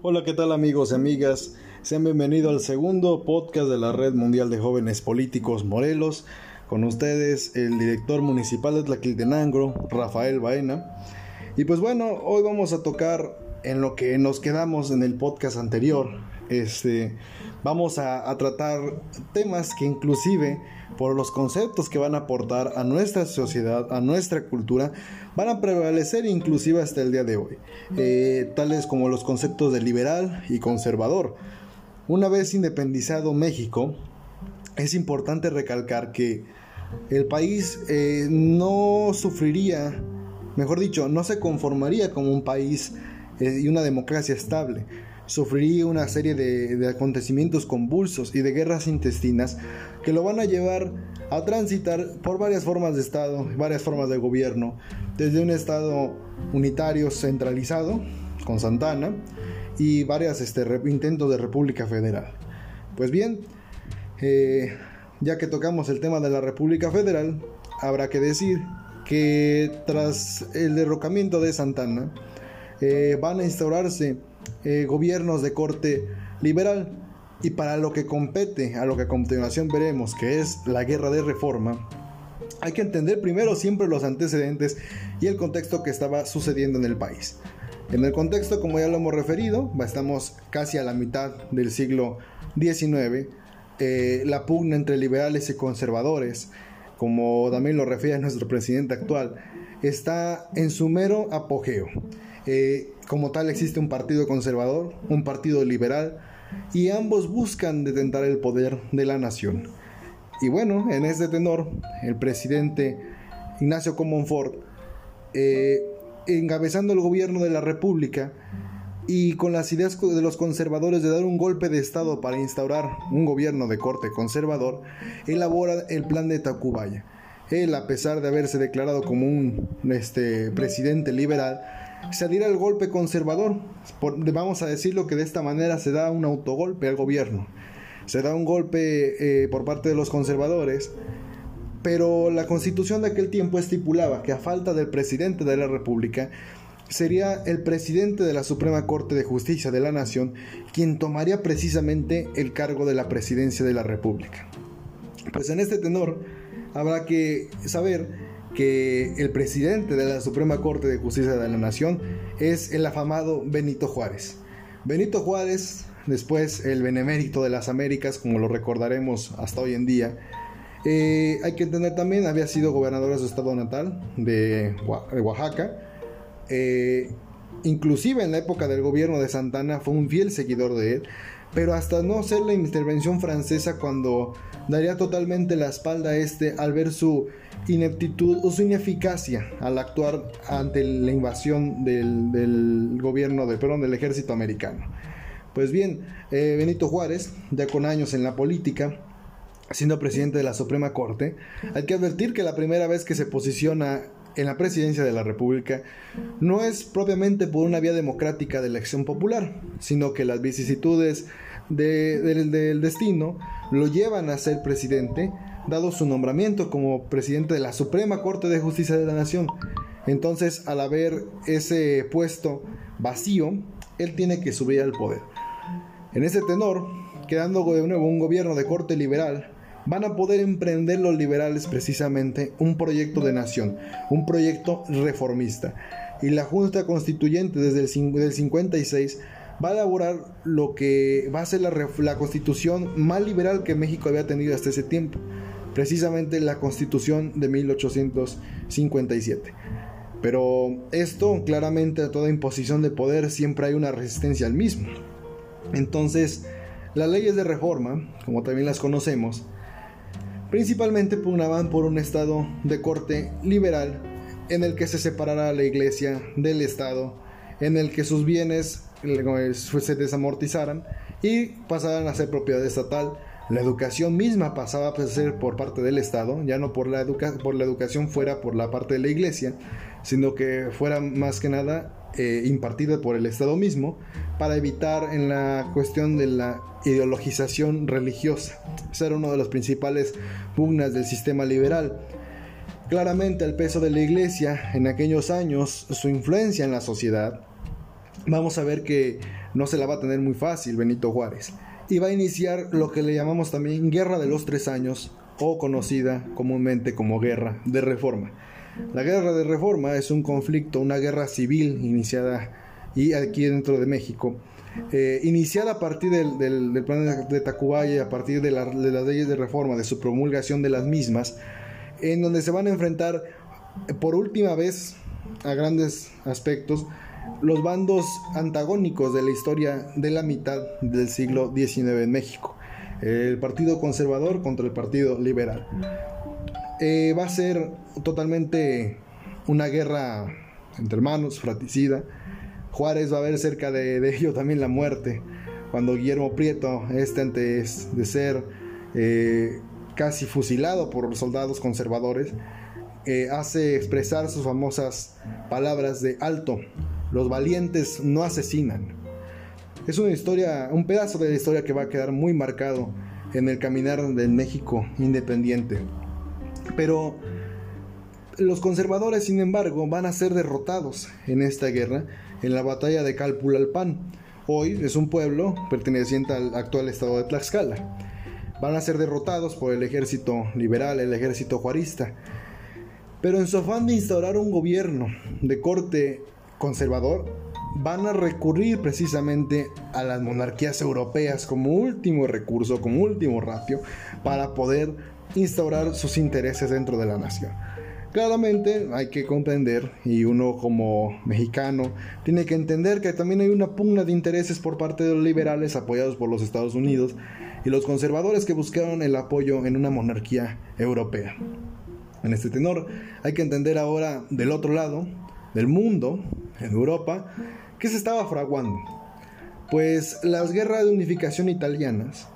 Hola, ¿qué tal amigos y amigas? Sean bienvenidos al segundo podcast de la Red Mundial de Jóvenes Políticos Morelos. Con ustedes el director municipal de Tlaquiltenango, Rafael Baena. Y pues bueno, hoy vamos a tocar en lo que nos quedamos en el podcast anterior. Vamos a tratar temas que inclusive por los conceptos que van a aportar a nuestra sociedad, a nuestra cultura, van a prevalecer inclusive hasta el día de hoy, tales como los conceptos de liberal y conservador. Una vez independizado México, es importante recalcar que el país no sufriría, mejor dicho, no se conformaría como un país y una democracia estable. Sufriría una serie de acontecimientos convulsos y de guerras intestinas que lo van a llevar a transitar por varias formas de Estado, varias formas de gobierno, desde un Estado unitario centralizado, con Santa Anna, y varios intentos de República Federal. Pues bien, ya que tocamos el tema de la República Federal, habrá que decir que tras el derrocamiento de Santa Anna, van a instaurarse gobiernos de corte liberal, y para lo que compete a lo que a continuación veremos, que es la guerra de reforma, hay que entender primero siempre los antecedentes y el contexto que estaba sucediendo en el país. En el contexto, como ya lo hemos referido, estamos casi a la mitad del siglo XIX, la pugna entre liberales y conservadores, como también lo refiere nuestro presidente actual, está en su mero apogeo. Como tal, existe un partido conservador, un partido liberal, y ambos buscan detentar el poder de la nación. Y bueno, en este tenor, el presidente Ignacio Comonfort, encabezando el gobierno de la República y con las ideas de los conservadores de dar un golpe de estado para instaurar un gobierno de corte conservador, elabora el plan de Tacubaya. Él, a pesar de haberse declarado como un presidente liberal, se adhiere al golpe conservador. Vamos a decirlo que de esta manera se da un autogolpe al gobierno. Se da un golpe por parte de los conservadores, pero la constitución de aquel tiempo estipulaba que a falta del presidente de la República, sería el presidente de la Suprema Corte de Justicia de la Nación quien tomaría precisamente el cargo de la presidencia de la República. Pues en este tenor habrá que saber que el presidente de la Suprema Corte de Justicia de la Nación es el afamado Benito Juárez. Benito Juárez, después el Benemérito de las Américas, como lo recordaremos hasta hoy en día. Hay que entender también, había sido gobernador de su estado natal, de Oaxaca. Inclusive en la época del gobierno de Santa Anna fue un fiel seguidor de él, pero hasta no ser la intervención francesa cuando daría totalmente la espalda a al ver su ineptitud o su ineficacia al actuar ante la invasión del gobierno del ejército americano. Pues bien, Benito Juárez, ya con años en la política, siendo presidente de la Suprema Corte, hay que advertir que la primera vez que se posiciona en la presidencia de la República no es propiamente por una vía democrática de elección popular, sino que las vicisitudes del destino lo llevan a ser presidente, dado su nombramiento como presidente de la Suprema Corte de Justicia de la Nación. Entonces, al haber ese puesto vacío, él tiene que subir al poder. En ese tenor, quedando de nuevo un gobierno de corte liberal, van a poder emprender los liberales precisamente un proyecto de nación, un proyecto reformista. Y la Junta Constituyente desde el 56 va a elaborar lo que va a ser la constitución más liberal que México había tenido hasta ese tiempo, precisamente la Constitución de 1857. Pero esto, claramente, a toda imposición de poder siempre hay una resistencia al mismo. Entonces, las leyes de reforma, como también las conocemos, principalmente pugnaban por un estado de corte liberal en el que se separara la iglesia del estado, en el que sus bienes se desamortizaran y pasaran a ser propiedad estatal. La educación misma pasaba a ser por parte del estado, ya no por la educación fuera por la parte de la iglesia, sino que fuera más que nada impartida por el estado mismo, para evitar en la cuestión de la ideologización religiosa. Ese era uno de los principales pugnas del sistema liberal. Claramente el peso de la iglesia en aquellos años, su influencia en la sociedad, vamos a ver que no se la va a tener muy fácil Benito Juárez, y va a iniciar lo que le llamamos también Guerra de los 3 años, o conocida comúnmente como Guerra de Reforma. La Guerra de Reforma es un conflicto, una guerra civil iniciada y aquí dentro de México, iniciada a partir del plan de Tacubaya, a partir de las leyes de reforma, de su promulgación de las mismas, en donde se van a enfrentar por última vez, a grandes aspectos, los bandos antagónicos de la historia de la mitad del siglo XIX en México: el Partido Conservador contra el Partido Liberal. Va a ser totalmente una guerra entre hermanos, fratricida. Juárez va a ver cerca de ello también la muerte, cuando Guillermo Prieto, antes de ser casi fusilado por los soldados conservadores, hace expresar sus famosas palabras de alto: los valientes no asesinan. Es una historia, un pedazo de la historia que va a quedar muy marcado en el caminar del México independiente. Pero los conservadores, sin embargo, van a ser derrotados en esta guerra, en la batalla de Calpulalpan. Hoy es un pueblo perteneciente al actual estado de Tlaxcala. Van a ser derrotados por el ejército liberal, el ejército juarista. Pero en su afán de instaurar un gobierno de corte conservador, van a recurrir precisamente a las monarquías europeas como último recurso, como último ratio, para poder instaurar sus intereses dentro de la nación. Claramente hay que comprender, y uno como mexicano tiene que entender, que también hay una pugna de intereses por parte de los liberales apoyados por los Estados Unidos y los conservadores que buscaron el apoyo en una monarquía europea. En este tenor hay que entender ahora, del otro lado del mundo, en Europa, ¿qué se estaba fraguando? Pues las guerras de unificación italianas,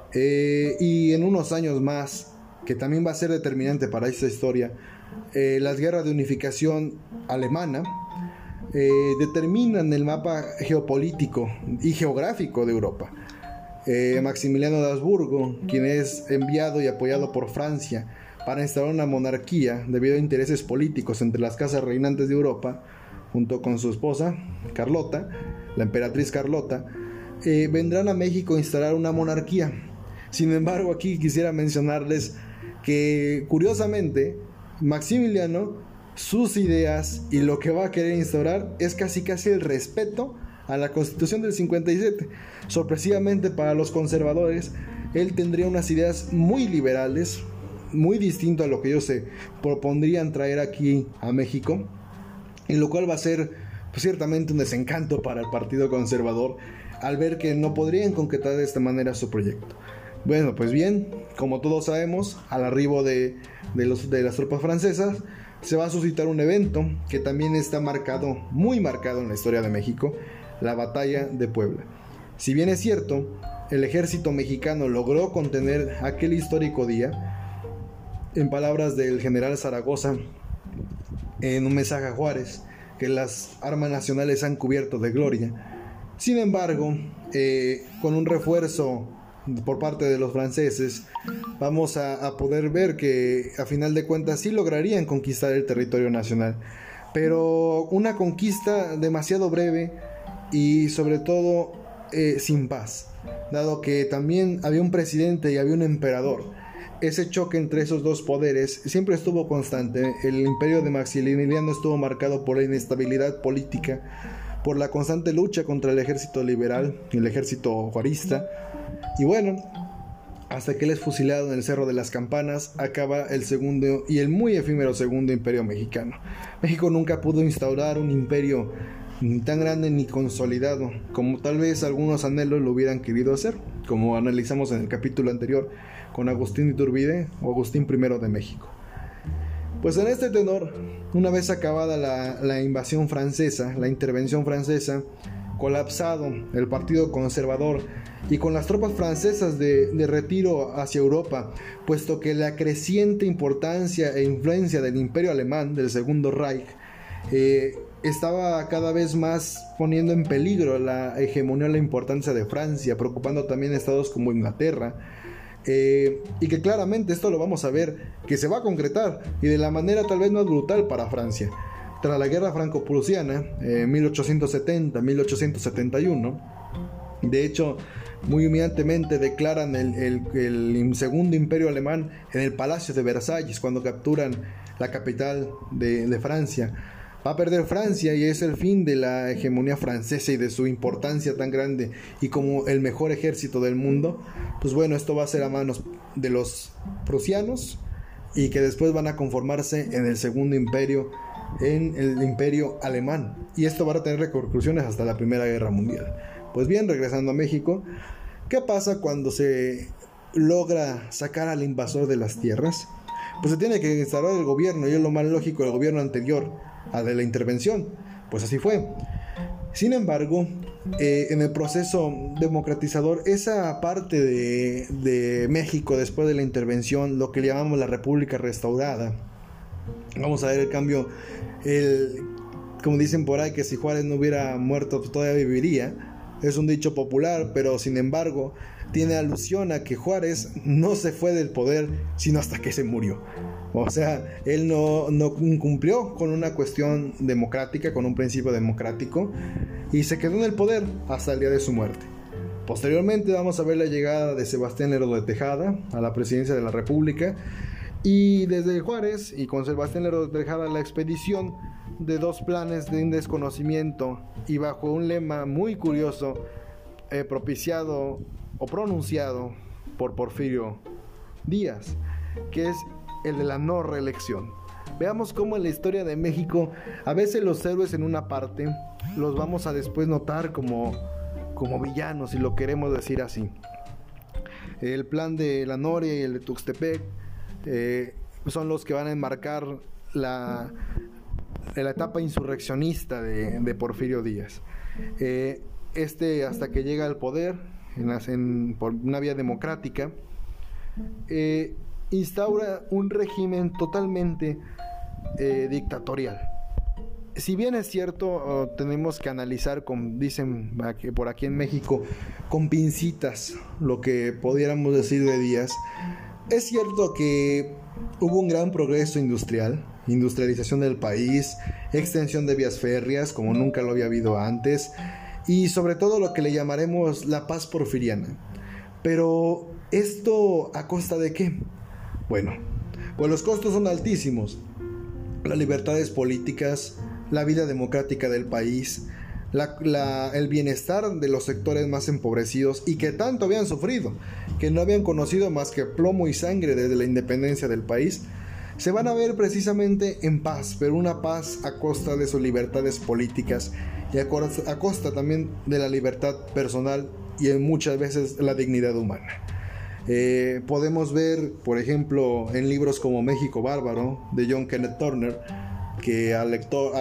y en unos años más, que también va a ser determinante para esta historia, las guerras de unificación alemana, determinan el mapa geopolítico y geográfico de Europa. Maximiliano de Habsburgo, quien es enviado y apoyado por Francia para instaurar una monarquía debido a intereses políticos entre las casas reinantes de Europa, junto con su esposa Carlota, la emperatriz Carlota, vendrán a México a instalar una monarquía. Sin embargo, aquí quisiera mencionarles que, curiosamente, Maximiliano, sus ideas y lo que va a querer instaurar es casi el respeto a la Constitución del 57. Sorpresivamente para los conservadores, él tendría unas ideas muy liberales, muy distinto a lo que ellos se propondrían traer aquí a México, en lo cual va a ser, pues, ciertamente un desencanto para el Partido Conservador al ver que no podrían concretar de esta manera su proyecto. Bueno, pues bien, como todos sabemos, al arribo de las tropas francesas, se va a suscitar un evento que también está marcado, muy marcado en la historia de México: la Batalla de Puebla. Si bien es cierto, el ejército mexicano logró contener aquel histórico día, en palabras del general Zaragoza, en un mensaje a Juárez, que las armas nacionales han cubierto de gloria. Sin embargo, con un refuerzo por parte de los franceses, vamos a poder ver que a final de cuentas sí lograrían conquistar el territorio nacional, pero una conquista demasiado breve y sobre todo sin paz, dado que también había un presidente y había un emperador. Ese choque entre esos dos poderes siempre estuvo constante. El imperio de Maximiliano estuvo marcado por la inestabilidad política, por la constante lucha contra el ejército liberal y el ejército juarista. Y bueno, hasta que él es fusilado en el Cerro de las Campanas, acaba el segundo y el muy efímero segundo imperio mexicano. México nunca pudo instaurar un imperio ni tan grande ni consolidado como tal vez algunos anhelos lo hubieran querido hacer, como analizamos en el capítulo anterior con Agustín de Iturbide o Agustín I de México. Pues en este tenor, una vez acabada la invasión francesa, la intervención francesa, colapsado el Partido Conservador y con las tropas francesas de retiro hacia Europa, puesto que la creciente importancia e influencia del Imperio Alemán, del Segundo Reich, estaba cada vez más poniendo en peligro la hegemonía y la importancia de Francia, preocupando también a estados como Inglaterra, y que claramente esto lo vamos a ver que se va a concretar, y de la manera tal vez más brutal para Francia. Tras la guerra franco-prusiana, 1870-1871, De hecho, muy humillantemente declaran el segundo imperio alemán en el Palacio de Versalles cuando capturan la capital de Francia. Va a perder Francia y es el fin de la hegemonía francesa y de su importancia tan grande y como el mejor ejército del mundo. Pues bueno, esto va a ser a manos de los prusianos y que después van a conformarse en el segundo imperio, en el imperio alemán. Y esto va a tener repercusiones hasta la Primera Guerra Mundial. Pues bien, regresando a México, ¿qué pasa cuando se logra sacar al invasor de las tierras? Pues se tiene que instaurar el gobierno, y es lo más lógico, el gobierno anterior a de la intervención. Pues así fue. Sin embargo, en el proceso democratizador, esa parte de México después de la intervención, lo que le llamamos la República Restaurada, vamos a ver el cambio, como dicen por ahí, que si Juárez no hubiera muerto, pues todavía viviría. Es un dicho popular, pero sin embargo tiene alusión a que Juárez no se fue del poder sino hasta que se murió. O sea, él no cumplió con una cuestión democrática, con un principio democrático, y se quedó en el poder hasta el día de su muerte. Posteriormente vamos a ver la llegada de Sebastián Lerdo de Tejada a la presidencia de la República, y desde Juárez y con Sebastián Lerdo de Tejada la expedición de dos planes de un desconocimiento, y bajo un lema muy curioso, propiciado o pronunciado por Porfirio Díaz, que es el de la no reelección. Veamos cómo en la historia de México a veces los héroes en una parte los vamos a después notar como villanos, si lo queremos decir así. El plan de la Noria y el de Tuxtepec son los que van a enmarcar la etapa insurreccionista de Porfirio Díaz. Hasta que llega al poder por una vía democrática, instaura un régimen totalmente dictatorial. Si bien es cierto, tenemos que analizar, dicen por aquí en México, con pincitas lo que pudiéramos decir de Díaz. Es cierto que hubo un gran progreso industrialización del país, extensión de vías férreas como nunca lo había habido antes, y sobre todo lo que le llamaremos la paz porfiriana. Pero ¿esto a costa de qué? Bueno, pues los costos son altísimos. Las libertades políticas, la vida democrática del país, el bienestar de los sectores más empobrecidos y que tanto habían sufrido, que no habían conocido más que plomo y sangre desde la independencia del país, se van a ver precisamente en paz, pero una paz a costa de sus libertades políticas y a costa también de la libertad personal y muchas veces la dignidad humana. Podemos ver, por ejemplo, en libros como México Bárbaro, de John Kenneth Turner, que a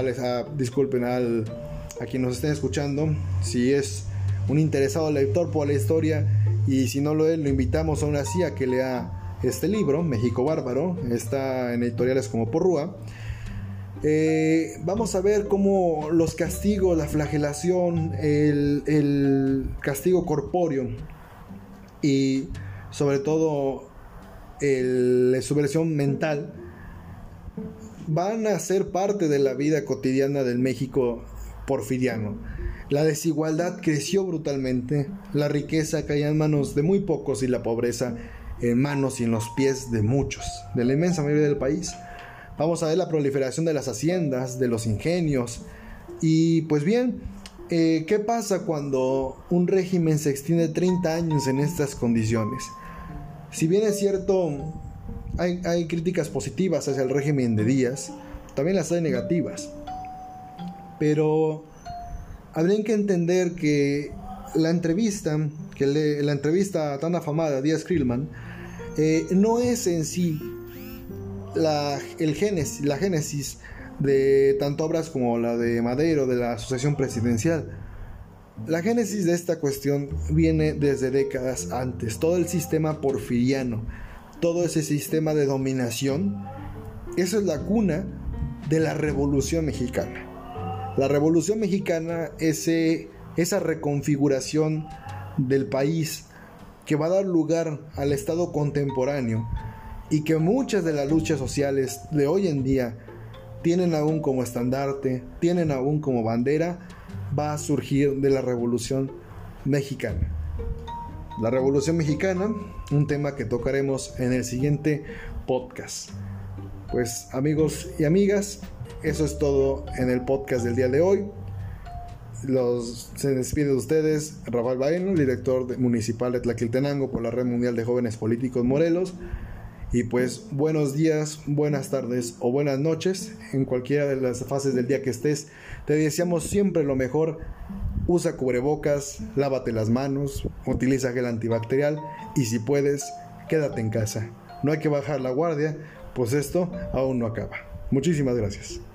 quien nos estén escuchando, si es un interesado lector por la historia, y si no lo es, lo invitamos aún así a que lea este libro, México Bárbaro. Está en editoriales como Porrúa. Vamos a ver cómo los castigos, la flagelación, el castigo corpóreo y sobre todo la subversión mental van a ser parte de la vida cotidiana del México porfiriano. La desigualdad creció brutalmente, la riqueza caía en manos de muy pocos y la pobreza en manos y en los pies de muchos, de la inmensa mayoría del país. Vamos a ver la proliferación de las haciendas, de los ingenios. Y pues bien, ¿qué pasa cuando un régimen se extiende 30 años en estas condiciones? Si bien es cierto, hay críticas positivas hacia el régimen de Díaz, también las hay negativas. Pero habría que entender que la entrevista tan afamada de Díaz Creelman no es en sí la génesis de tanto obras como la de Madero, de la Asociación Presidencial. La génesis de esta cuestión viene desde décadas antes. Todo el sistema porfiriano, todo ese sistema de dominación, eso es la cuna de la Revolución Mexicana. La Revolución Mexicana es esa reconfiguración del país que va a dar lugar al Estado contemporáneo y que muchas de las luchas sociales de hoy en día tienen aún como estandarte, tienen aún como bandera, va a surgir de la Revolución mexicana. La Revolución Mexicana, un tema que tocaremos en el siguiente podcast. Pues amigos y amigas, eso es todo en el podcast del día de hoy. Se despide de ustedes Rafael Baeno, director municipal de Tlaquiltenango por la Red Mundial de Jóvenes Políticos Morelos. Y pues buenos días, buenas tardes o buenas noches, en cualquiera de las fases del día que estés. Te deseamos siempre lo mejor. Usa cubrebocas, lávate las manos, utiliza gel antibacterial y si puedes, quédate en casa. No hay que bajar la guardia, pues esto aún no acaba. Muchísimas gracias.